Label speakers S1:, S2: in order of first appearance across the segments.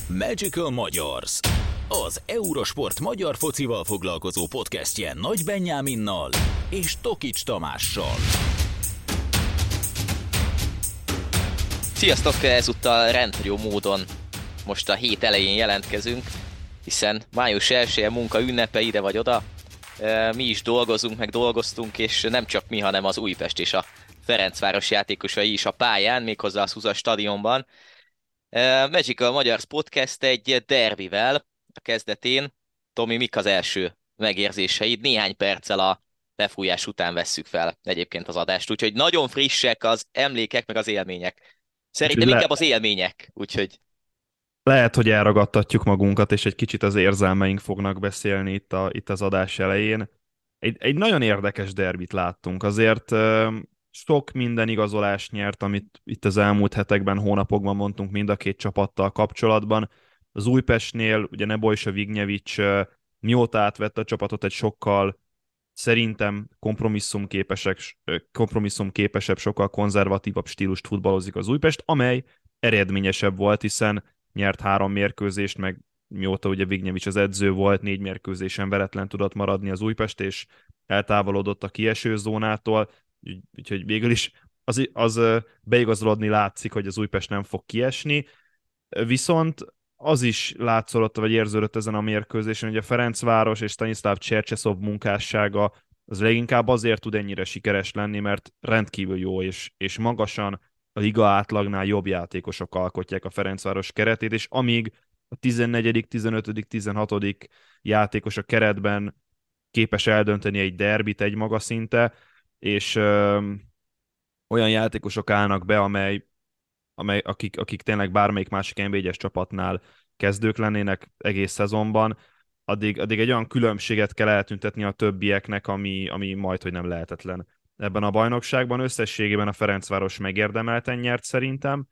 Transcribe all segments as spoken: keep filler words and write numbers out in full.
S1: Magical Magyars, az Eurosport magyar focival foglalkozó podcastje Nagy Benyáminnal és Tokics Tamással.
S2: Sziasztok! Ezúttal rendhagyó módon most a hét elején jelentkezünk, hiszen május elseje munka ünnepe ide vagy oda. Mi is dolgozunk, meg dolgoztunk, és nem csak mi, hanem az Újpest és a Ferencváros játékosai is a pályán, méghozzá a Szuzsa stadionban. Magical Magyars podcast egy derbivel a kezdetén. Tomi, mik az első megérzéseid? Néhány perccel a lefújás után vesszük fel egyébként az adást, úgyhogy nagyon frissek az emlékek, meg az élmények. Szerintem
S3: Le...
S2: inkább az élmények, úgyhogy...
S3: Lehet, hogy elragadtatjuk magunkat, és egy kicsit az érzelmeink fognak beszélni itt, a, itt az adás elején. Egy, egy nagyon érdekes derbit láttunk. Azért uh, sok minden igazolást nyert, amit itt az elmúlt hetekben, hónapokban mondtunk mind a két csapattal kapcsolatban. Az Újpestnél ugye Nebojsa Vignyevics uh, mióta átvette a csapatot, egy sokkal szerintem kompromisszumképesek, kompromisszumképesebb, sokkal konzervatívabb stílust futballozik az Újpest, amely eredményesebb volt, hiszen nyert három mérkőzést, meg mióta ugye Vignyevics az edző volt, négy mérkőzésen veretlen tudott maradni az Újpest, és eltávolodott a kieső zónától, úgyhogy végül is az, az beigazolódni látszik, hogy az Újpest nem fog kiesni, viszont az is látszódott, vagy érződött ezen a mérkőzésen, hogy a Ferencváros és Stanislav Csercseszov munkássága az leginkább azért tud ennyire sikeres lenni, mert rendkívül jó és, és magasan a liga átlagnál jobb játékosok alkotják a Ferencváros keretét, és amíg a tizennegyedik, tizenötödik, tizenhatodik játékos a keretben képes eldönteni egy derbit egy maga szinte, és ö, olyan játékosok állnak be, amely amely, akik, akik tényleg bármelyik másik en bé egyes csapatnál kezdők lennének egész szezonban, addig, addig egy olyan különbséget kell eltüntetni a többieknek, ami, ami majdhogy nem lehetetlen ebben a bajnokságban. Összességében a Ferencváros megérdemelten nyert szerintem.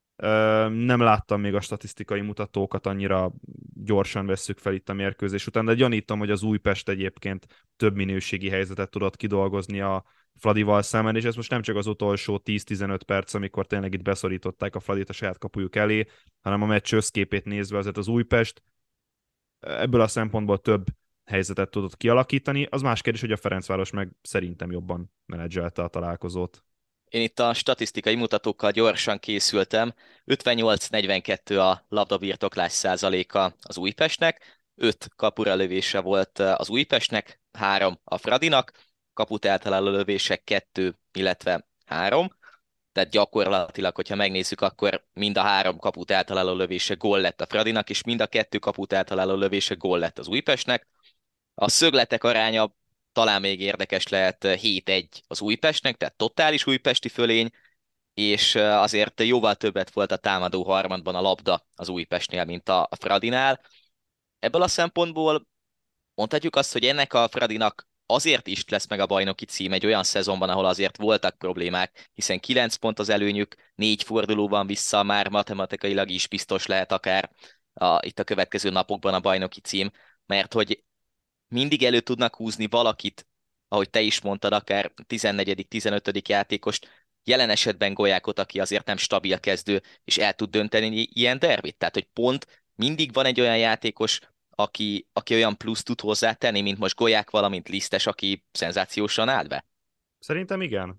S3: Nem láttam még a statisztikai mutatókat, annyira gyorsan vesszük fel itt a mérkőzés után, de gyanítom, hogy az Újpest egyébként több minőségi helyzetet tudott kidolgozni a Fradival szemben, és ez most nem csak az utolsó tíz-tizenöt perc, amikor tényleg itt beszorították a Fradit a saját kapujuk elé, hanem a meccs összképét nézve azért az Újpest ebből a szempontból több helyzetet tudott kialakítani. Az más kérdés, hogy a Ferencváros meg szerintem jobban menedzselte a találkozót.
S2: Én itt a statisztikai mutatókkal gyorsan készültem. ötvennyolc negyvenkettő a labdabirtoklás százaléka az Újpestnek, öt kapura lövése volt az Újpestnek, három a Fradinak, kaput eltaláló lövések kettő, illetve három. Tehát gyakorlatilag, hogyha megnézzük, akkor mind a három kaput eltaláló lövése gól lett a Fradinak, és mind a kettő kaput eltaláló lövése gól lett az Újpestnek. A szögletek aránya talán még érdekes lehet, hét egy az Újpestnek, tehát totális újpesti fölény, és azért jóval többet volt a támadó harmadban a labda az Újpestnél, mint a Fradinál. Ebből a szempontból mondhatjuk azt, hogy ennek a Fradinak azért is lesz meg a bajnoki cím egy olyan szezonban, ahol azért voltak problémák, hiszen kilenc pont az előnyük, négy fordulóban vissza, már matematikailag is biztos lehet akár a, itt a következő napokban a bajnoki cím, mert hogy mindig elő tudnak húzni valakit, ahogy te is mondtad, akár tizennegyedik, tizenötödik játékost, jelen esetben Golyákot, aki azért nem stabil kezdő, és el tud dönteni ilyen derbit. Tehát, hogy pont mindig van egy olyan játékos, aki, aki olyan plusz tud hozzátenni, mint most Golyák, valamint Lisztes, aki szenzációsan áll be.
S3: Szerintem igen.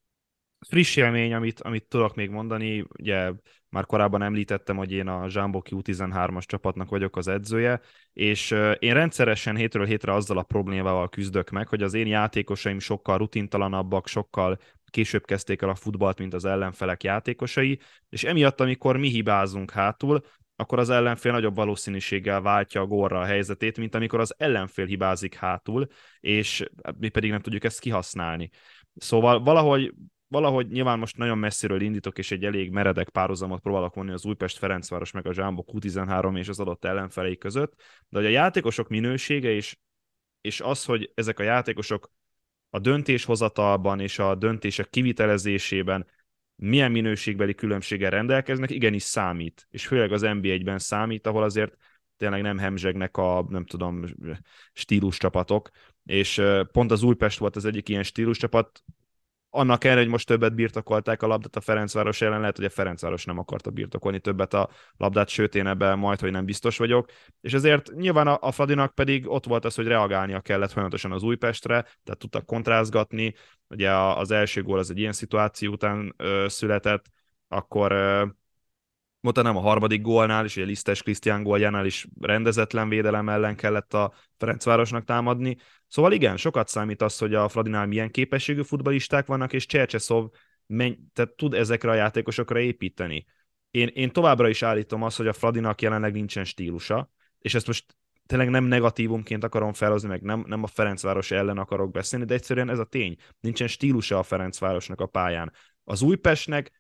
S3: Friss élmény, amit, amit tudok még mondani, ugye már korábban említettem, hogy én a Zsámbok U tizenhármas csapatnak vagyok az edzője, és én rendszeresen hétről hétre azzal a problémával küzdök meg, hogy az én játékosaim sokkal rutintalanabbak, sokkal később kezdték el a futballt, mint az ellenfelek játékosai, és emiatt, amikor mi hibázunk hátul, akkor az ellenfél nagyobb valószínűséggel váltja a gólra a helyzetét, mint amikor az ellenfél hibázik hátul, és mi pedig nem tudjuk ezt kihasználni. Szóval valahogy Valahogy nyilván most nagyon messziről indítok, és egy elég meredek párhuzamot próbálok vonni az Újpest, Ferencváros meg a Zsámbok U tizenhárom és az adott ellenfelei között, de hogy a játékosok minősége és, és az, hogy ezek a játékosok a döntéshozatalban és a döntések kivitelezésében milyen minőségbeli különbséggel rendelkeznek, igenis számít, és főleg az en bé egyben számít, ahol azért tényleg nem hemzsegnek a, nem tudom, stíluscsapatok, és pont az Újpest volt az egyik ilyen stíluscsapat, annak ellenére, hogy most többet birtokolták a labdát a Ferencváros ellen, lehet, hogy a Ferencváros nem akarta birtokolni többet a labdát, sőt én ebben majd, hogy nem biztos vagyok. És ezért nyilván a, a Fradinak pedig ott volt az, hogy reagálnia kellett folyamatosan az Újpestre, tehát tudtak kontrázgatni. Ugye az első gól az egy ilyen szituáció után ö, született, akkor ö, Mota nem a harmadik gólnál is, ugye Lisztes Krisztián góljánál is rendezetlen védelem ellen kellett a Ferencvárosnak támadni. Szóval igen, sokat számít az, hogy a Fradinál milyen képességű futballisták vannak, és Csercseszov tehát tud ezekre a játékosokra építeni. Én, én továbbra is állítom azt, hogy a Fradinak jelenleg nincsen stílusa, és ezt most tényleg nem negatívumként akarom felhozni, meg nem, nem a Ferencváros ellen akarok beszélni, de egyszerűen ez a tény. Nincsen stílusa a Ferencvárosnak a pályán. Az Újpestnek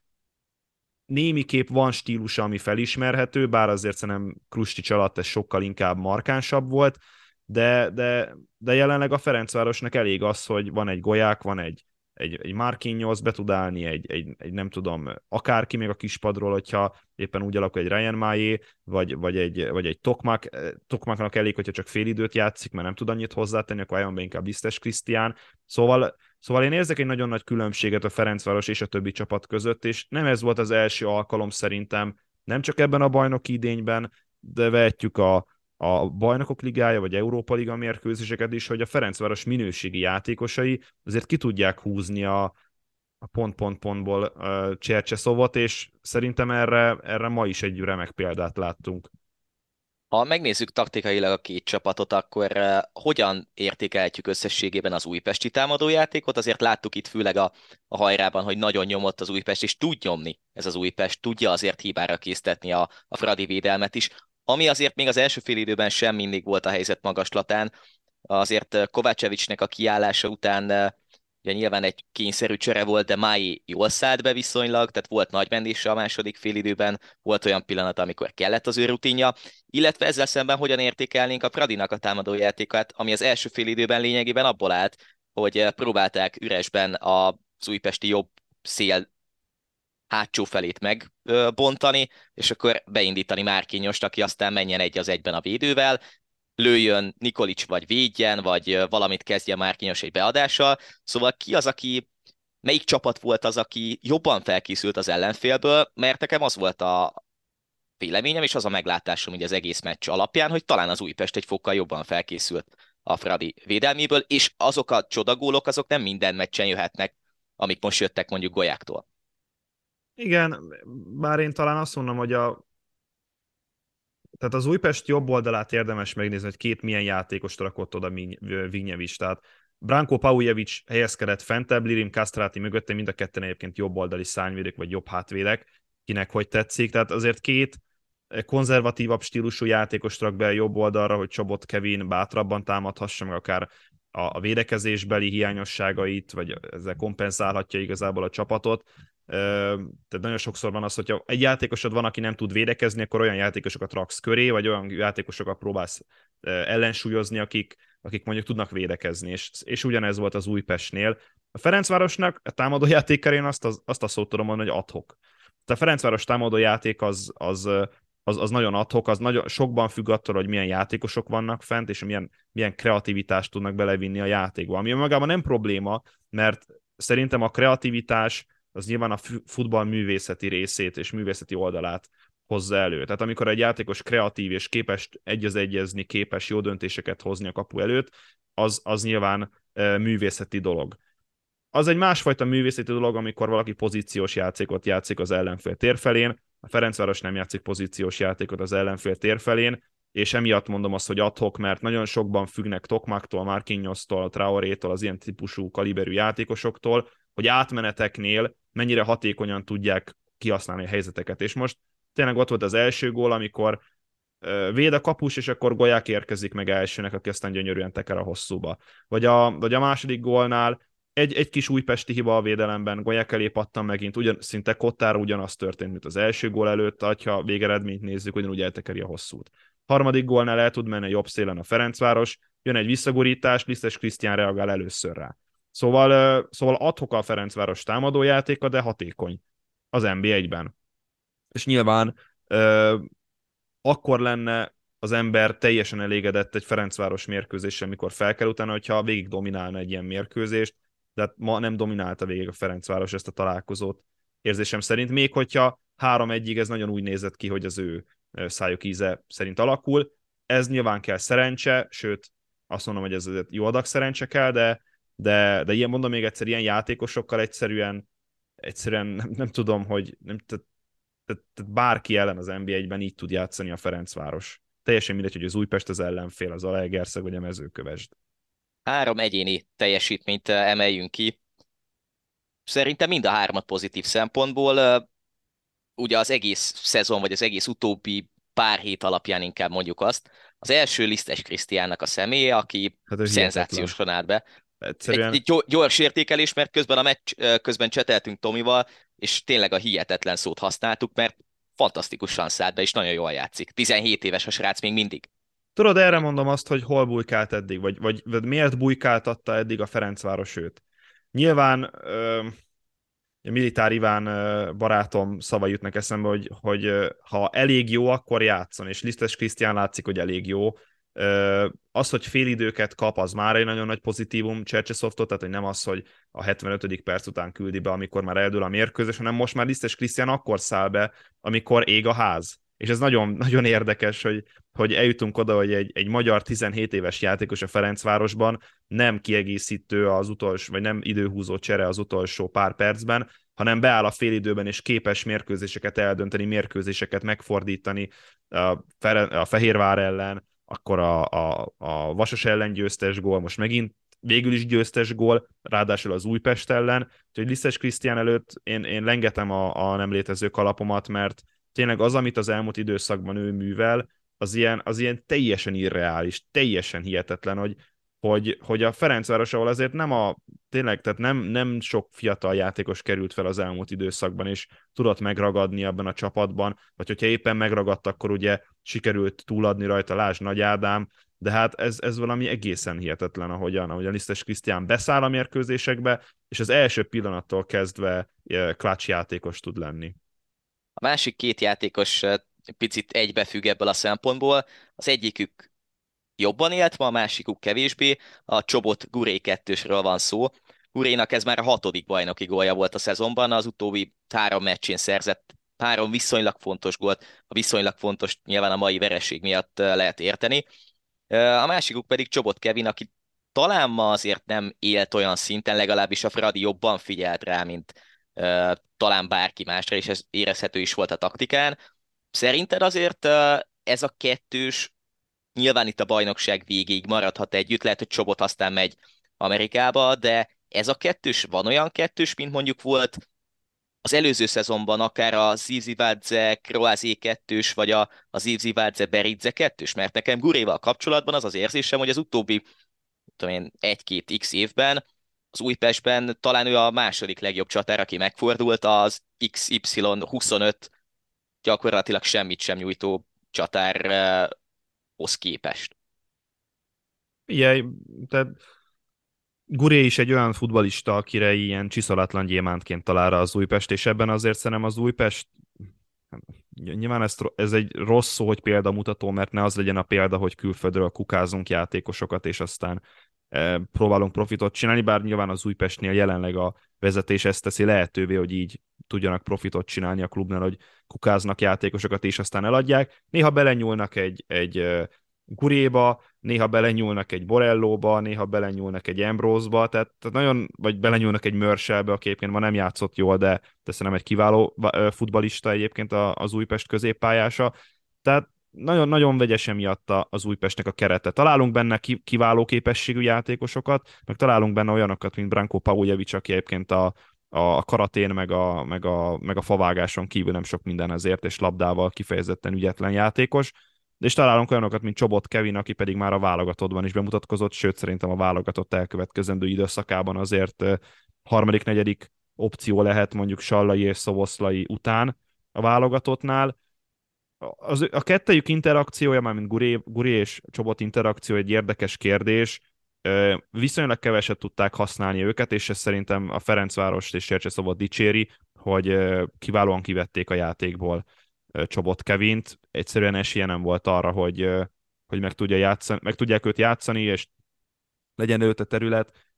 S3: némiképp van stílusa, ami felismerhető, bár azért szerintem Krustic alatt ez sokkal inkább markánsabb volt, de, de, de jelenleg a Ferencvárosnak elég az, hogy van egy Golyák, van egy, egy, egy Marquinhos, be tud állni egy, egy, egy nem tudom, akárki még a kispadról, hogyha éppen úgy alakul egy Ryan Maillé, vagy, vagy egy, vagy egy Tokmak. Tokmaknak elég, hogyha csak fél időt játszik, mert nem tud annyit hozzátenni, akkor álljon be inkább Lisztes Krisztián. Szóval Szóval én érzek egy nagyon nagy különbséget a Ferencváros és a többi csapat között, és nem ez volt az első alkalom szerintem, nem csak ebben a bajnoki idényben, de vehetjük a, a Bajnokok Ligája vagy Európa Liga mérkőzéseket is, hogy a Ferencváros minőségi játékosai azért ki tudják húzni a, a pont-pont-pontból uh, Csercseszovot, és szerintem erre, erre ma is egy remek példát láttunk.
S2: Ha megnézzük taktikailag a két csapatot, akkor uh, hogyan értékelhetjük összességében az újpesti támadójátékot? Azért láttuk itt főleg a, a hajrában, hogy nagyon nyomott az Újpest, és tud nyomni ez az Újpest, tudja azért hibára késztetni a, a Fradi védelmet is, ami azért még az első fél időben sem mindig volt a helyzet magaslatán. Azért Kovácsevicsnek a kiállása után uh, ugye nyilván egy kényszerű csere volt, de Mái jól szállt be viszonylag, tehát volt nagy mentése a második félidőben, volt olyan pillanat, amikor kellett az ő rutinja, illetve ezzel szemben hogyan értékelnénk a Fradinak a támadójátékát, ami az első félidőben lényegében abból állt, hogy próbálták üresben az újpesti jobb szél hátsó felét megbontani, és akkor beindítani Márkinyost, aki aztán menjen egy az egyben a védővel, lőjön Nikolics, vagy védjen, vagy valamit kezdje Márkinyos egy beadással. Szóval ki az, aki, melyik csapat volt az, aki jobban felkészült az ellenfélből, mert nekem az volt a véleményem, és az a meglátásom így az egész meccs alapján, hogy talán az Újpest egy fokkal jobban felkészült a Fradi védelméből, és azok a csodagólok, azok nem minden meccsen jöhetnek, amik most jöttek mondjuk Golyáktól. Igen,
S3: bár én talán azt mondom, hogy a tehát az Újpest jobb oldalát érdemes megnézni, hogy két milyen játékost rakott oda Vignyevics. Tehát Branko Paujevic helyezkedett fentebb, Lirim Kastráti mögötte, mind a ketten egyébként jobb oldali szárnyvédek, vagy jobb hátvédek, kinek hogy tetszik. Tehát azért két konzervatívabb stílusú játékost rak be jobb oldalra, hogy Csobot Kevin bátrabban támadhassa, meg akár a, a védekezésbeli hiányosságait, vagy ezzel kompenzálhatja igazából a csapatot. Tehát nagyon sokszor van az, hogyha egy játékosod van, aki nem tud védekezni, akkor olyan játékosokat raksz köré, vagy olyan játékosokat próbálsz ellensúlyozni, akik, akik mondjuk tudnak védekezni, és, és ugyanez volt az Újpestnél. A Ferencvárosnak a támadójátékkal én azt, az, azt a szót tudom mondani, hogy ad-hoc. Tehát a Ferencváros támadójáték az, az, az, az nagyon ad-hoc, az nagyon, sokban függ attól, hogy milyen játékosok vannak fent, és milyen, milyen kreativitást tudnak belevinni a játékba. Ami magában nem probléma, mert szerintem a kreativitás az nyilván a futball művészeti részét és művészeti oldalát hozza elő. Tehát amikor egy játékos kreatív és képes egy az egyezni, képes jó döntéseket hozni a kapu előtt, az, az nyilván e, művészeti dolog. Az egy másfajta művészeti dolog, amikor valaki pozíciós játékot játszik az ellenfél térfelén, a Ferencváros nem játszik pozíciós játékot az ellenfél térfelén, és emiatt mondom azt, hogy ad-hoc, mert nagyon sokban függnek Tokmaktól, Marquinhostól, Traorétól, az ilyen típusú kaliberű játékosoktól, hogy átmeneteknél mennyire hatékonyan tudják kihasználni a helyzeteket. És most tényleg ott volt az első gól, amikor véd a kapus, és akkor Golyák érkezik meg elsőnek, aki aztán gyönyörűen teker a hosszúba. Vagy a, vagy a második gólnál egy, egy kis újpesti hiba a védelemben, Golyák elé pattan megint, ugyan, szinte kottára ugyanaz történt, mint az első gól előtt, ha végeredményt nézzük, ugyanúgy eltekeri a hosszút. Harmadik gólnál el tud menni jobb szélen a Ferencváros, jön egy visszagurítás, Lisztes Krisztián reagál először rá. Szóval, szóval ad-hoc a Ferencváros támadójátéka, de hatékony az en bé egyben. És nyilván euh, akkor lenne az ember teljesen elégedett egy Ferencváros mérkőzéssel, amikor fel kell utána, hogyha végig dominálna egy ilyen mérkőzést, de hát ma nem dominálta végig a Ferencváros ezt a találkozót érzésem szerint, még hogyha három egyig ez nagyon úgy nézett ki, hogy az ő szájuk íze szerint alakul. Ez nyilván kell szerencse, sőt, azt mondom, hogy ez jó adag szerencse kell, de, de, de ilyen mondom még egyszer, ilyen játékosokkal egyszerűen, egyszerűen nem, nem tudom, hogy nem, tehát, tehát, tehát bárki ellen az en bé egyben így tud játszani a Ferencváros. Teljesen mindegy, hogy az Újpest az ellenfél, az Zalaegerszeg vagy a Mezőkövesd.
S2: Három egyéni teljesítményt emeljünk ki. Szerintem mind a hármat pozitív szempontból. Ugye az egész szezon, vagy az egész utóbbi pár hét alapján inkább mondjuk azt. Az első Lisztes Krisztiánnak a személye, aki
S3: Hát
S2: szenzációsan állt be.
S3: Egyszerűen...
S2: Egy, egy gyors értékelés, mert közben a meccs, közben cseteltünk Tomival, és tényleg a hihetetlen szót használtuk, mert fantasztikusan szállt be, és nagyon jól játszik. tizenhét éves a srác még mindig.
S3: Tudod, erre mondom azt, hogy hol bujkált eddig, vagy, vagy, vagy miért bujkáltatta eddig a Ferencváros őt. Nyilván ö, Militár Iván ö, barátom szava jutnak eszembe, hogy, hogy ö, ha elég jó, akkor játszon, és Lisztes Krisztián látszik, hogy elég jó. Ö, az, hogy félidőket kap, az már egy nagyon nagy pozitívum Csercseszofttól, tehát hogy nem az, hogy a hetvenötödik perc után küldi be, amikor már eldől a mérkőzés, hanem most már Lisztes Krisztián akkor száll be, amikor ég a ház. És ez nagyon, nagyon érdekes, hogy, hogy eljutunk oda, hogy egy, egy magyar tizenhét éves játékos a Ferencvárosban nem kiegészítő az utolsó, vagy nem időhúzó csere az utolsó pár percben, hanem beáll a félidőben, és képes mérkőzéseket eldönteni, mérkőzéseket megfordítani a, Fe- a Fehérvár ellen, akkor a, a, a Vasas ellen győztes gól, most megint végül is győztes gól, ráadásul az Újpest ellen, úgyhogy Lisztes Krisztián előtt én, én lengetem a, a nem létező kalapomat, mert tényleg az, amit az elmúlt időszakban ő művel, az ilyen, az ilyen teljesen irreális, teljesen hihetetlen, hogy, hogy, hogy a Ferencváros, ahol azért nem a, tényleg, tehát nem, nem sok fiatal játékos került fel az elmúlt időszakban, és tudott megragadni abban a csapatban, vagy hogyha éppen megragadt, akkor ugye sikerült túladni rajta, lásd Nagy Ádám, de hát ez, ez valami egészen hihetetlen, ahogyan, ahogy a Lisztes Krisztián beszáll a mérkőzésekbe, és az első pillanattól kezdve clutch játékos tud lenni.
S2: A másik két játékos picit egybefügg ebből a szempontból. Az egyikük jobban élt ma, a másikuk kevésbé. A Csobot Guré kettősről van szó. Gurénak ez már a hatodik bajnoki gólja volt a szezonban, az utóbbi három meccsén szerzett három viszonylag fontos gólt. A viszonylag fontos nyilván a mai vereség miatt lehet érteni. A másikuk pedig Csobot Kevin, aki talán ma azért nem élt olyan szinten, legalábbis a Fradi jobban figyelt rá, mint uh, talán bárki másra, és ez érezhető is volt a taktikán. Szerinted azért uh, ez a kettős, nyilván itt a bajnokság végéig maradhat együtt, lehet, hogy Csobot aztán megy Amerikába, de ez a kettős van olyan kettős, mint mondjuk volt az előző szezonban akár a Zivzivadze Kroázé kettős, vagy a, a Zivzivadze Beridze kettős, mert nekem Guréval kapcsolatban az az érzésem, hogy az utóbbi tudom én, egy-két x évben az Újpestben talán ő a második legjobb csatár, aki megfordult, az iksz ipszilon huszonöt gyakorlatilag semmit sem nyújtó csatárhoz képest.
S3: Igen, tehát Guré is egy olyan futballista, akire ilyen csiszolatlan gyémántként talál rá az Újpest, és ebben azért szerintem az Újpest, nyilván ez, ez egy rossz szó, hogy példamutató, mert ne az legyen a példa, hogy külföldről kukázunk játékosokat, és aztán e, próbálunk profitot csinálni, bár nyilván az Újpestnél jelenleg a vezetés ezt teszi lehetővé, hogy így tudjanak profitot csinálni a klubnál, hogy kukáznak játékosokat, és aztán eladják. Néha belenyúlnak egy, egy Guréba, néha belenyúlnak egy Borellóba, néha belenyúlnak egy Ambrose-ba, tehát, tehát nagyon, vagy belenyúlnak egy Mörselbe, aki egyébként ma nem játszott jól, de szerintem egy kiváló futballista egyébként az Újpest középpályása. Tehát nagyon-nagyon vegyes emiatt az Újpestnek a kerete. Találunk benne kiváló képességű játékosokat, meg találunk benne olyanokat, mint Branko Paujevic, aki egyébként a, a karatén, meg a, meg, a, meg a favágáson kívül nem sok minden ezért, és labdával kifejezetten ügyetlen játékos. És találunk olyanokat, mint Csobot Kevin, aki pedig már a válogatottban is bemutatkozott, sőt szerintem a válogatott elkövetkezendő időszakában azért harmadik, negyedik opció lehet mondjuk Sallai és Szoboszlai után a válogatottnál. Az, a kettejük interakciója, mármint Guré, Guré és Csobot interakció egy érdekes kérdés. Viszonylag keveset tudták használni őket, és ez szerintem a Ferencvárost és Csercseszobot dicséri, hogy kiválóan kivették a játékból Csobot Kevint, egyszerűen esélye nem volt arra, hogy, hogy meg, tudja játszani, meg tudják őt játszani, és legyen őt a terület.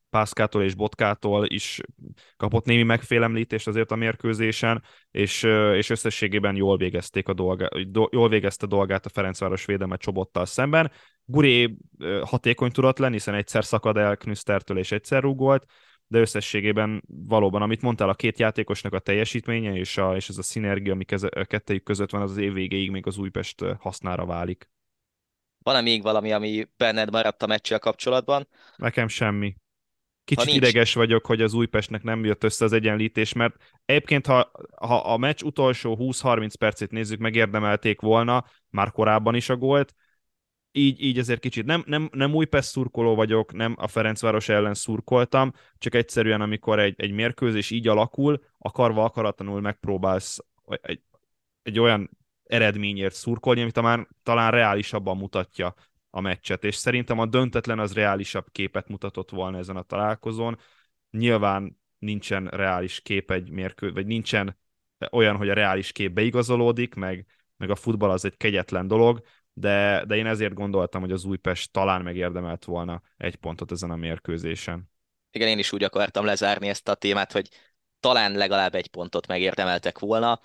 S3: Pászkától és Botkától is kapott némi megfélemlítést azért a mérkőzésen, és, és összességében jól végezték a dolgát, jól végezte dolgát a Ferencváros védelme Csobottal szemben. Guré hatékony tudott lenni, hiszen egyszer szakad el Knüsztertől és egyszer rúgolt, de összességében valóban, amit mondtál, a két játékosnak a teljesítménye és, a, és ez a szinergia, ami keze, kettejük között van, az, az év végéig még az Újpest hasznára válik.
S2: Van-e még valami, ami benned maradt a meccsel kapcsolatban?
S3: Nekem semmi.
S2: Ha
S3: Kicsit
S2: nincs,
S3: ideges vagyok, hogy az Újpestnek nem jött össze az egyenlítés, mert egyébként, ha, ha a meccs utolsó húsz-harminc percét nézzük, megérdemelték volna, már korábban is a gólt, így, így azért kicsit nem, nem, nem Újpest szurkoló vagyok, nem a Ferencváros ellen szurkoltam, csak egyszerűen, amikor egy, egy mérkőzés így alakul, akarva akaratlanul megpróbálsz egy, egy olyan eredményért szurkolni, amit talán, talán reálisabban mutatja a meccset, és szerintem a döntetlen az reálisabb képet mutatott volna ezen a találkozón. Nyilván nincsen reális kép egy mérkőzés, vagy nincsen olyan, hogy a reális kép beigazolódik, meg, meg a futball az egy kegyetlen dolog, de, de én ezért gondoltam, hogy az Újpest talán megérdemelt volna egy pontot ezen a mérkőzésen.
S2: igen, én is úgy akartam lezárni ezt a témát, hogy talán legalább egy pontot megérdemeltek volna.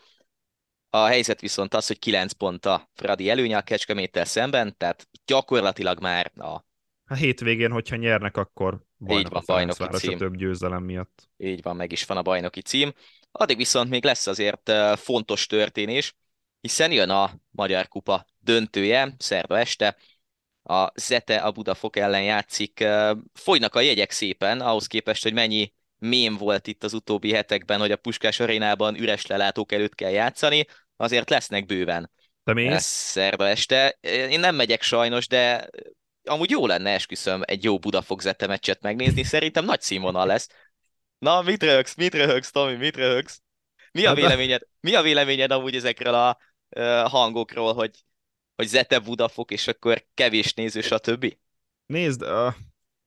S2: A helyzet viszont az, hogy kilenc pont a Fradi előnye a Kecskeméttel szemben, tehát gyakorlatilag már a,
S3: A hétvégén, hogyha nyernek, akkor
S2: így
S3: bajnok a
S2: van, bajnoki
S3: Ferencváros a
S2: cím.
S3: több győzelem miatt.
S2: Így van, meg is van a bajnoki cím. Addig viszont még lesz azért eh, fontos történés, hiszen jön a Magyar Kupa döntője szerda este, a Zete a Budafok ellen játszik. Eh, Fogynak a jegyek szépen, ahhoz képest, hogy mennyi mém volt itt az utóbbi hetekben, hogy a Puskás arénában üres lelátók előtt kell játszani, azért lesznek bőven
S3: Te
S2: eh,
S3: mész?
S2: szerda este. Eh, Én nem megyek sajnos, de amúgy jó lenne, esküszöm, egy jó Budafok Zete meccset megnézni, szerintem nagy színvonal lesz. Na, mit röhögsz, mit röhögsz, Tomi, mit röhögsz? Mi a
S3: Hát,
S2: véleményed, mi a véleményed amúgy ezekről a uh, hangokról, hogy, hogy Zete Budafok, és akkor kevés néző, stb.?
S3: nézd, a-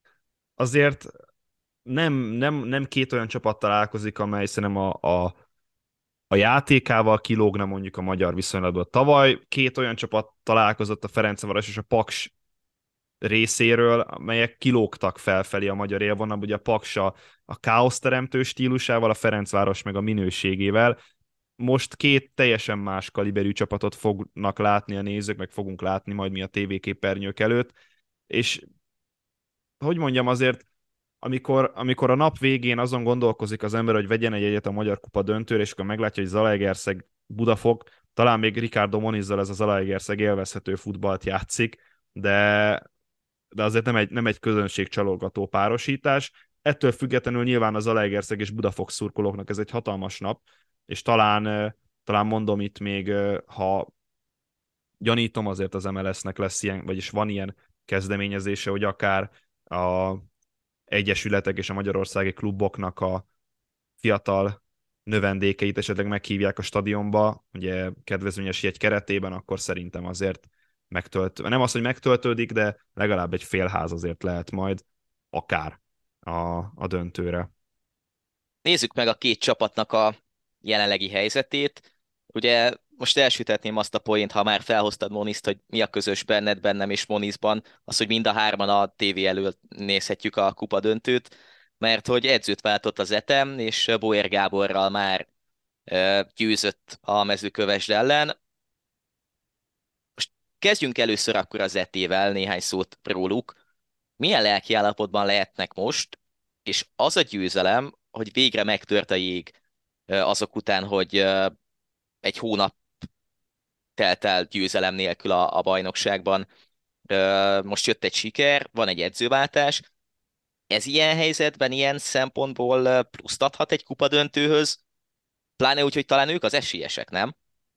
S3: azért nem, nem, nem két olyan csapat találkozik, amely szerintem a, a, a játékával kilógna mondjuk a magyar viszonylatban. Tavaly két olyan csapat találkozott, a Ferencváros és a Paks részéről, amelyek kilógtak felfelé a magyar élvonalban, ugye a Paks a, a káoszteremtő stílusával, a Ferencváros meg a minőségével. Most két teljesen más kaliberű csapatot fognak látni a nézők, meg fogunk látni majd mi a tévéképernyők előtt, és hogy mondjam, azért amikor, amikor a nap végén azon gondolkozik az ember, hogy vegyen egy egyet a Magyar Kupa döntőre, és akkor meglátja, hogy Zalaegerszeg Budafok, talán még Ricardo Monizzal ez a Zalaegerszeg élvezhető futballt játszik, de, de azért nem egy, nem egy közönségcsalogató párosítás. Ettől függetlenül nyilván a Zalaegerszeg és Budafok szurkolóknak ez egy hatalmas nap, és talán, talán mondom itt még, ha gyanítom, azért az em el es-nek lesz ilyen, vagyis van ilyen kezdeményezése, hogy akár a egyesületek és a magyarországi kluboknak a fiatal növendékeit esetleg meghívják a stadionba, ugye kedvezményes jegy keretében, akkor szerintem azért megtölt, nem az, hogy megtöltődik, de legalább egy félház azért lehet majd akár a, a döntőre.
S2: Nézzük meg a két csapatnak a jelenlegi helyzetét. Ugye most elsütetném azt a poént, ha már felhoztad Moniszt, hogy mi a közös benned, bennem és Monizban, az, hogy mind a hárman a tévé elől nézhetjük a kupa döntőt, mert hogy edzőt váltott az Etem, és Boer Gáborral már ö, győzött a Mezőkövesd ellen. Most kezdjünk először akkor az Etével, néhány szót róluk. Milyen lelkiállapotban lehetnek most, és az a győzelem, hogy végre megtört a jég ö, azok után, hogy ö, egy hónap telt el győzelem nélkül a, a bajnokságban. Ö, Most jött egy siker, van egy edzőváltás. Ez ilyen helyzetben, ilyen szempontból ö, pluszt adhat egy kupadöntőhöz, pláne úgy, hogy talán ők az esélyesek, nem?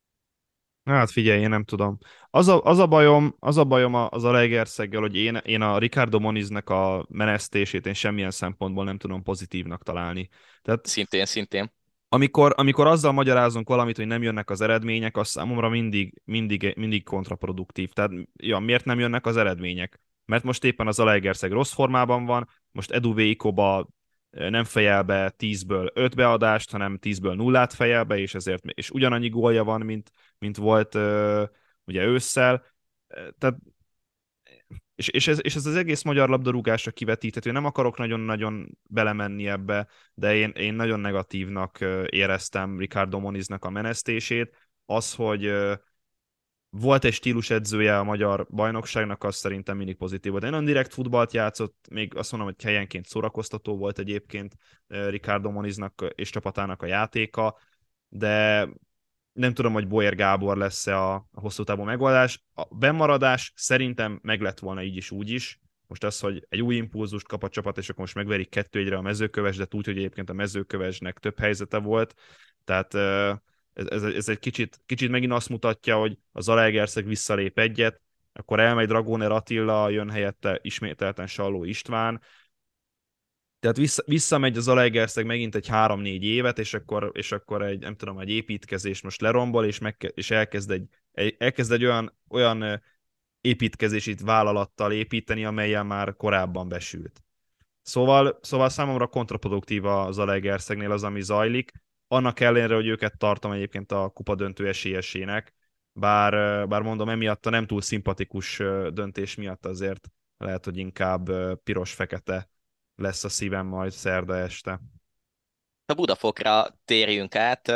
S3: Hát figyelj, én nem tudom. Az a, az a bajom, az a bajom a- az a Legerszeggel, hogy én, én a Ricardo Moniznek a menesztését én semmilyen szempontból nem tudom pozitívnak találni. Tehát
S2: Szintén, szintén.
S3: amikor, amikor azzal magyarázunk valamit, hogy nem jönnek az eredmények, az számomra mindig, mindig, mindig kontraproduktív. Tehát ja, miért nem jönnek az eredmények? Mert most éppen az Zalaegerszeg rossz formában van, most Edu Vékoba nem fejel be tízből öt beadást, hanem tízből nullát fejel be, és ezért és ugyanannyi gólja van, mint, mint volt uh, ugye ősszel. Tehát És, és, ez, és ez az egész magyar labdarúgásra kivetíthető. Nem akarok nagyon-nagyon belemenni ebbe, de én, én nagyon negatívnak éreztem Ricardo Moniznak a menesztését. Az, hogy volt egy stílus edzője a magyar bajnokságnak, az szerintem mindig pozitív volt. Én nagyon direkt futballt játszott, még azt mondom, hogy helyenként szórakoztató volt egyébként Ricardo Moniznak és csapatának a játéka, de nem tudom, hogy Boyer Gábor lesz-e a, a hosszú távú megoldás. A bemaradás szerintem meg lett volna így is, úgy is. Most az, hogy egy új impulzust kap a csapat, és akkor most megverik kettő egyre a Mezőköves, de úgy, hogy egyébként a Mezőkövesnek több helyzete volt. Tehát ez, ez, ez egy kicsit, kicsit megint azt mutatja, hogy a Zalaegerszeg visszalép egyet, akkor elmegy Dragóner Attila, jön helyette ismételten Salló István, tehát vissza, visszamegy az Zalaegerszeg megint egy három-négy évet, és akkor, és akkor egy, nem tudom, egy építkezés most lerombol, és, meg, és elkezd egy, egy, elkezd egy olyan, olyan építkezési vállalattal építeni, amelyen már korábban besült. Szóval, szóval számomra kontraproduktív a Zalaegerszegnél az, ami zajlik, annak ellenére, hogy őket tartom egyébként a kupa döntő esélyesének, bár, bár mondom, emiatt a nem túl szimpatikus döntés miatt azért lehet, hogy inkább piros-fekete lesz a szívem majd szerda este.
S2: A Budafokra térjünk át.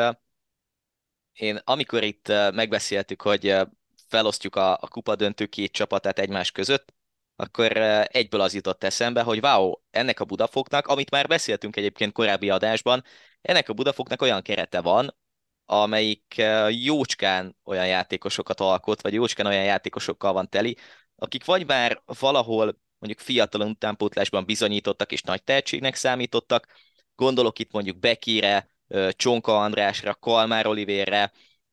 S2: Én amikor itt megbeszéltük, hogy felosztjuk a, a kupadöntő két csapatát egymás között, akkor egyből az jutott eszembe, hogy wow, ennek a Budafoknak, amit már beszéltünk egyébként korábbi adásban, ennek a Budafoknak olyan kerete van, amelyik jócskán olyan játékosokat alkot, vagy jócskán olyan játékosokkal van teli, akik vagy már valahol mondjuk fiatalon utánpótlásban bizonyítottak és nagy tehetségnek számítottak, gondolok itt mondjuk Bekire, Csonka Andrásra, Kalmár Olivérre,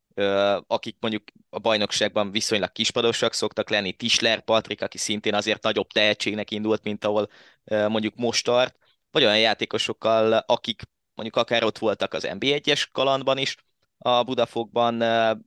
S2: akik mondjuk a bajnokságban viszonylag kispadosak szoktak lenni, Tisler Patrik, aki szintén azért nagyobb tehetségnek indult, mint ahol mondjuk most tart, vagy olyan játékosokkal, akik mondjuk akár ott voltak az en bé egyes kalandban is a Budafokban,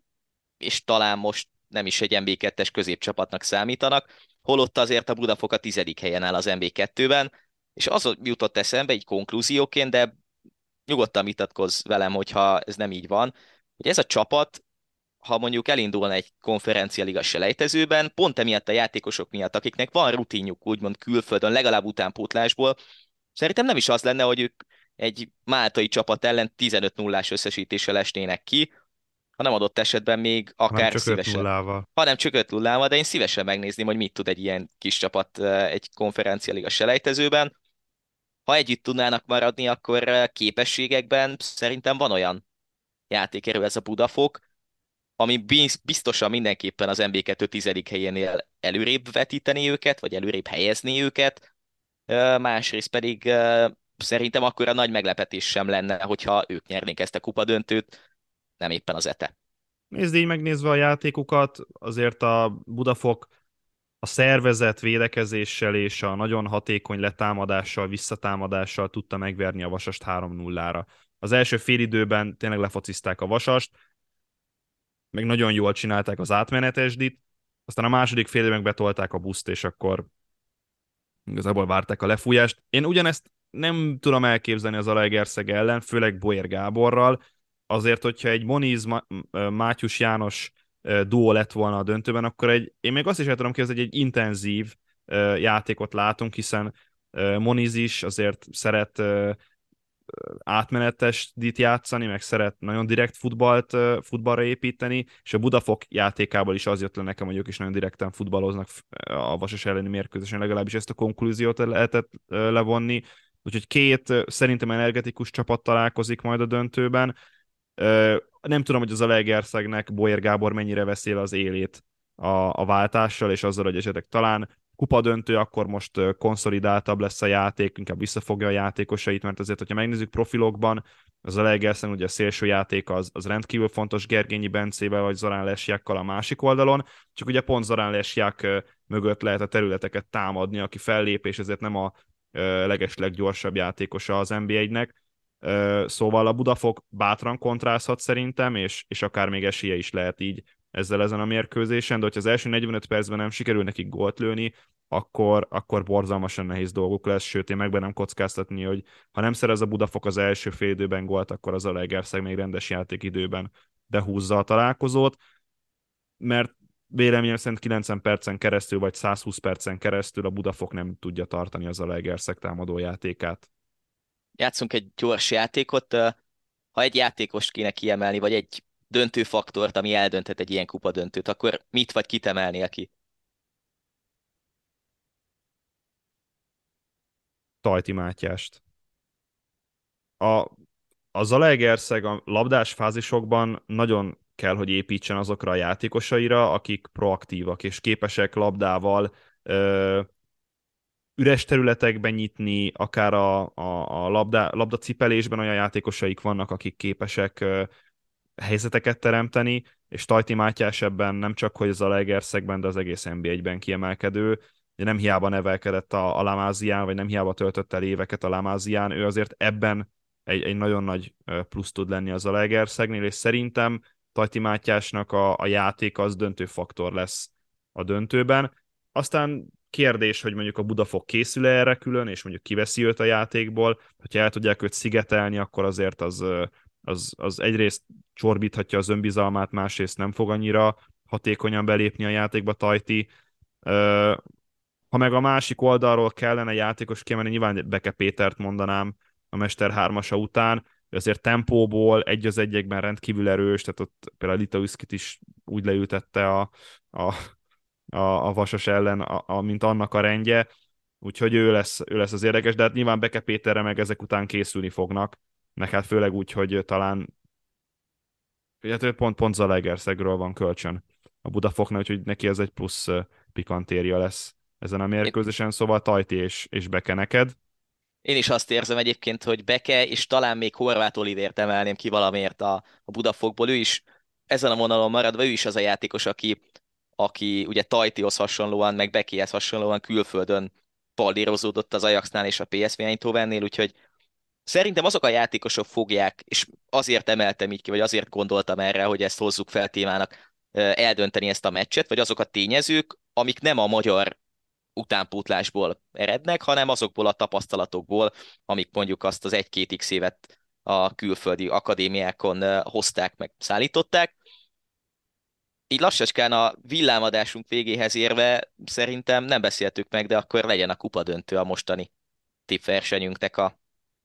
S2: és talán most nem is egy en bé kettes középcsapatnak számítanak, holott azért a Budafok a tizedik helyen áll az en bé kettőben, és az jutott eszembe így konklúzióként, de nyugodtan vitatkozz velem, hogyha ez nem így van, hogy ez a csapat, ha mondjuk elindulna egy konferencialiga selejtezőben, pont emiatt a játékosok miatt, akiknek van rutinjuk, úgymond külföldön, legalább utánpótlásból, szerintem nem is az lenne, hogy ők egy máltai csapat ellen tizenöt nullás összesítéssel esnének ki, hanem adott esetben még akár
S3: csak
S2: szívesen.
S3: nullával.
S2: Hanem csak öt nullával, de én szívesen megnézném, hogy mit tud egy ilyen kis csapat egy konferencialiga selejtezőben. Ha együtt tudnának maradni, akkor képességekben szerintem van olyan játékerő ez a Budafok, ami biztosan mindenképpen az en bé kettő tizedik helyénél előrébb vetíteni őket, vagy előrébb helyezni őket, másrészt pedig szerintem akkor a nagy meglepetés sem lenne, hogyha ők nyernék ezt a kupadöntőt, nem éppen az ete.
S3: Nézd, így megnézve a játékukat, azért a Budafok a szervezett védekezéssel és a nagyon hatékony letámadással, visszatámadással tudta megverni a Vasast három nullára. Az első félidőben tényleg lefocizták a Vasast, meg nagyon jól csinálták az átmenetesdit, aztán a második félidőben betolták a buszt, és akkor igazából várták a lefújást. Én ugyanezt nem tudom elképzelni az Zalaegerszeg ellen, főleg Boyer Gáborral, azért, hogyha egy Moniz Mátyus János duó lett volna a döntőben, akkor egy, én még azt is el tudom képzelni, hogy egy intenzív játékot látunk, hiszen Moniz is azért szeret átmenetesdit játszani, meg szeret nagyon direkt futballt, futballra építeni, és a Budafok játékából is az jött le nekem, hogy ők is nagyon direkten futballoznak a Vasas elleni mérkőzésen, legalábbis ezt a konklúziót lehetett levonni. Úgyhogy két szerintem energetikus csapat találkozik majd a döntőben. Nem tudom, hogy az Zalaegerszegnek Boyer Gábor mennyire veszél az élét a, a váltással, és azzal, hogy esetleg talán kupadöntő, akkor most konszolidáltabb lesz a játék, inkább visszafogja a játékosait, mert azért, hogyha megnézzük profilokban, az Zalaegerszeg ugye a szélső játék az, az rendkívül fontos Gergényi Bencével vagy Zorán Lesjákkal a másik oldalon, csak ugye pont Zorán Lesják mögött lehet a területeket támadni, aki fellép, és ezért nem a legesleg gyorsabb játékosa az en bé egynek. Szóval a Budafok bátran kontrázhat szerintem, és, és akár még esélye is lehet így ezzel ezen a mérkőzésen, de hogyha az első negyvenöt percben nem sikerül nekik gólt lőni, akkor, akkor borzalmasan nehéz dolguk lesz, sőt én megben nem kockáztatni, hogy ha nem szerez a Budafok az első fél időben gólt, akkor az Zalaegerszeg még rendes játékidőben behúzza a találkozót, mert véleményem szerint kilencven percen keresztül, vagy százhúsz percen keresztül a Budafok nem tudja tartani az Zalaegerszeg támadó játékát.
S2: Játszunk egy gyors játékot. Ha egy játékost kéne kiemelni, vagy egy döntő faktort, ami eldönthet egy ilyen kupa döntőt, akkor mit vagy kit emelnél ki?
S3: Tajti Mátyást. A, a Zalaegerszeg a labdás fázisokban nagyon kell, hogy építsen azokra a játékosaira, akik proaktívak és képesek labdával ö, üres területekben nyitni, akár a, a, a labda, labdacipelésben olyan játékosaik vannak, akik képesek ö, helyzeteket teremteni, és Tajti Mátyás ebben nem csak, hogy az Zalaegerszegben, de az egész en bé egyben kiemelkedő. Nem hiába nevelkedett a, a Lamázián, vagy nem hiába töltött el éveket a Lamázián, ő azért ebben egy, egy nagyon nagy plusz tud lenni az Zalaegerszegnél, és szerintem Tajti Mátyásnak a, a játék az döntő faktor lesz a döntőben. Aztán kérdés, hogy mondjuk a Budafok készül erre külön, és mondjuk kiveszi őt a játékból, hogyha el tudják őt szigetelni, akkor azért az, az, az egyrészt csorbíthatja az önbizalmát, másrészt nem fog annyira hatékonyan belépni a játékba Tajti. Ha meg a másik oldalról kellene játékos kiemelni, nyilván Beke Pétert mondanám a Mester hármasa után, azért tempóból egy az egyekben rendkívül erős, tehát ott például Litauszkit is úgy leültette a, a, a, a Vasas ellen, a, a, mint annak a rendje, úgyhogy ő lesz, ő lesz az érdekes, de hát nyilván Beke Péterre meg ezek után készülni fognak, meg hát főleg úgy, hogy talán hát pont, pont Zalaegerszegről van kölcsön a Budafoknál, úgyhogy neki ez egy plusz pikantéria lesz ezen a mérkőzésen, szóval Tajti és, és Beke neked.
S2: Én is azt érzem egyébként, hogy Beke, és talán még Horváth Olivért emelném ki valamiért a, a Budafokból. Ő is ezen a vonalon maradva, ő is az a játékos, aki, aki ugye Tajtihoz hasonlóan, meg Bekéhez hasonlóan külföldön pallírozódott az Ajaxnál és a pé es vé Eindhovennél, úgyhogy szerintem azok a játékosok fogják, és azért emeltem így ki, vagy azért gondoltam erre, hogy ezt hozzuk fel témának, eldönteni ezt a meccset, vagy azok a tényezők, amik nem a magyar utánpótlásból erednek, hanem azokból a tapasztalatokból, amik mondjuk azt az egy-két x évet a külföldi akadémiákon hozták meg, szállították. Így lassacskán a villámadásunk végéhez érve szerintem nem beszéltük meg, de akkor legyen a kupadöntő a mostani tippversenyünknek a,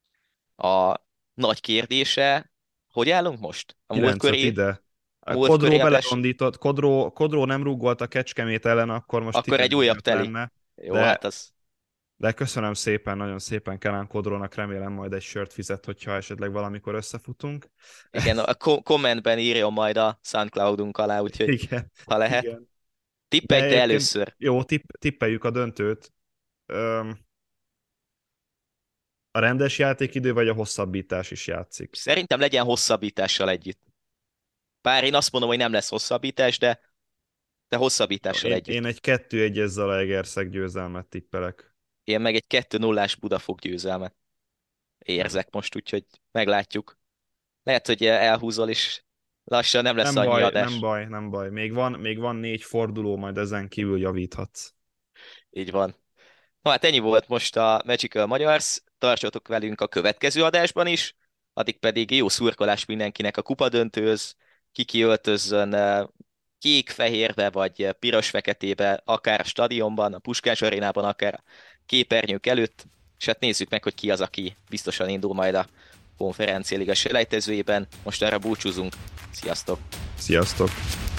S2: a nagy kérdése. Hogy állunk most? A múltkori,
S3: ide. A
S2: múltkori
S3: Kodró
S2: adás...
S3: belerondított, Kodró, Kodró nem rúgolt a Kecskemét ellen, akkor most
S2: Akkor egy újabb teli. Lenne, Jó,
S3: de,
S2: hát az...
S3: de köszönöm szépen, nagyon szépen Kelán Kodrónak, remélem majd egy sört fizet, hogyha esetleg valamikor összefutunk.
S2: Igen, a ko- kommentben írjon majd a SoundCloudunk alá, úgyhogy
S3: igen,
S2: ha lehet.
S3: Igen.
S2: Tippelj te először.
S3: Jó, tipp, tippeljük a döntőt. Öm, a rendes játékidő vagy a hosszabbítás is játszik?
S2: Szerintem legyen hosszabbítással együtt. Bár én azt mondom, hogy nem lesz hosszabbítás, de, de hosszabbítással
S3: én,
S2: együtt.
S3: Én egy kettő egyes Zalaegerszeg győzelmet tippelek.
S2: Én meg egy kettő nullás Budafok győzelmet érzek most, úgyhogy meglátjuk. Lehet, hogy elhúzol, és lassan nem lesz
S3: nem
S2: annyi
S3: baj,
S2: adás.
S3: Nem baj, nem baj. Még van, még van négy forduló, majd ezen kívül javíthatsz.
S2: Így van. Na hát ennyi volt most a Magical Magyars. Tartsatok velünk a következő adásban is, addig pedig jó szurkolás mindenkinek a kupadöntőhöz, ki öltözzön kék-fehérbe vagy piros-feketébe, akár a stadionban, a Puskás arénában, akár a képernyők előtt, és hát nézzük meg, hogy ki az, aki biztosan indul majd a Konferencia Liga selejtezőjében. Most arra búcsúzunk. Sziasztok!
S3: Sziasztok!